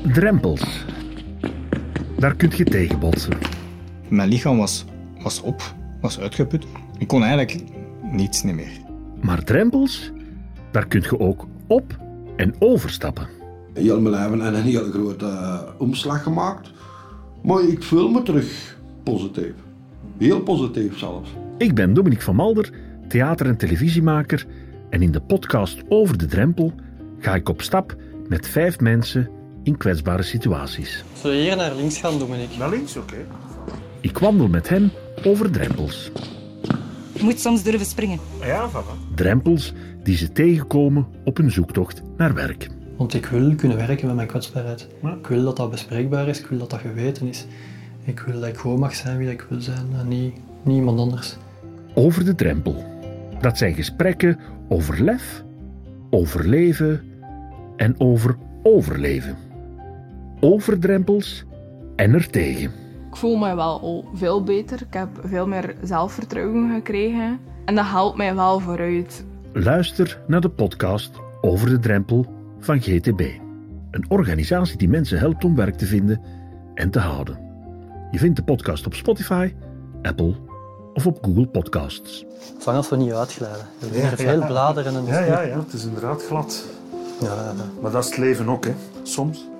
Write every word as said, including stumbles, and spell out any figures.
Drempels. Daar kun je tegen botsen. Mijn lichaam was, was op, was uitgeput. Ik kon eigenlijk niets niet meer. Maar drempels, daar kun je ook op en overstappen. Heel mijn leven en een heel grote uh, omslag gemaakt. Maar ik voel me terug positief. Heel positief zelfs. Ik ben Dominique van Malder, theater- en televisiemaker. En in de podcast Over de Drempel ga ik op stap met vijf mensen in kwetsbare situaties. Zullen we hier naar links gaan, Dominique? Naar links, oké. Okay. Ik wandel met hen over drempels. Je moet soms durven springen. Ja, voilà. Drempels die ze tegenkomen op hun zoektocht naar werk. Want ik wil kunnen werken met mijn kwetsbaarheid. Ik wil dat dat bespreekbaar is, ik wil dat dat geweten is. Ik wil dat ik gewoon mag zijn wie ik wil zijn en niet, niet iemand anders. Over de drempel. Dat zijn gesprekken over lef, overleven en over overleven. Over drempels en ertegen. Ik voel me wel al veel beter. Ik heb veel meer zelfvertrouwen gekregen. En dat helpt mij wel vooruit. Luister naar de podcast Over de Drempel van G T B. Een organisatie die mensen helpt om werk te vinden en te houden. Je vindt de podcast op Spotify, Apple of op Google Podcasts. Zolang als we niet uitglijden. Er zijn Ja, er veel ja. bladeren en... Ja, ja, ja, het is inderdaad glad. Ja, ja. Maar dat is het leven ook, hè. Soms.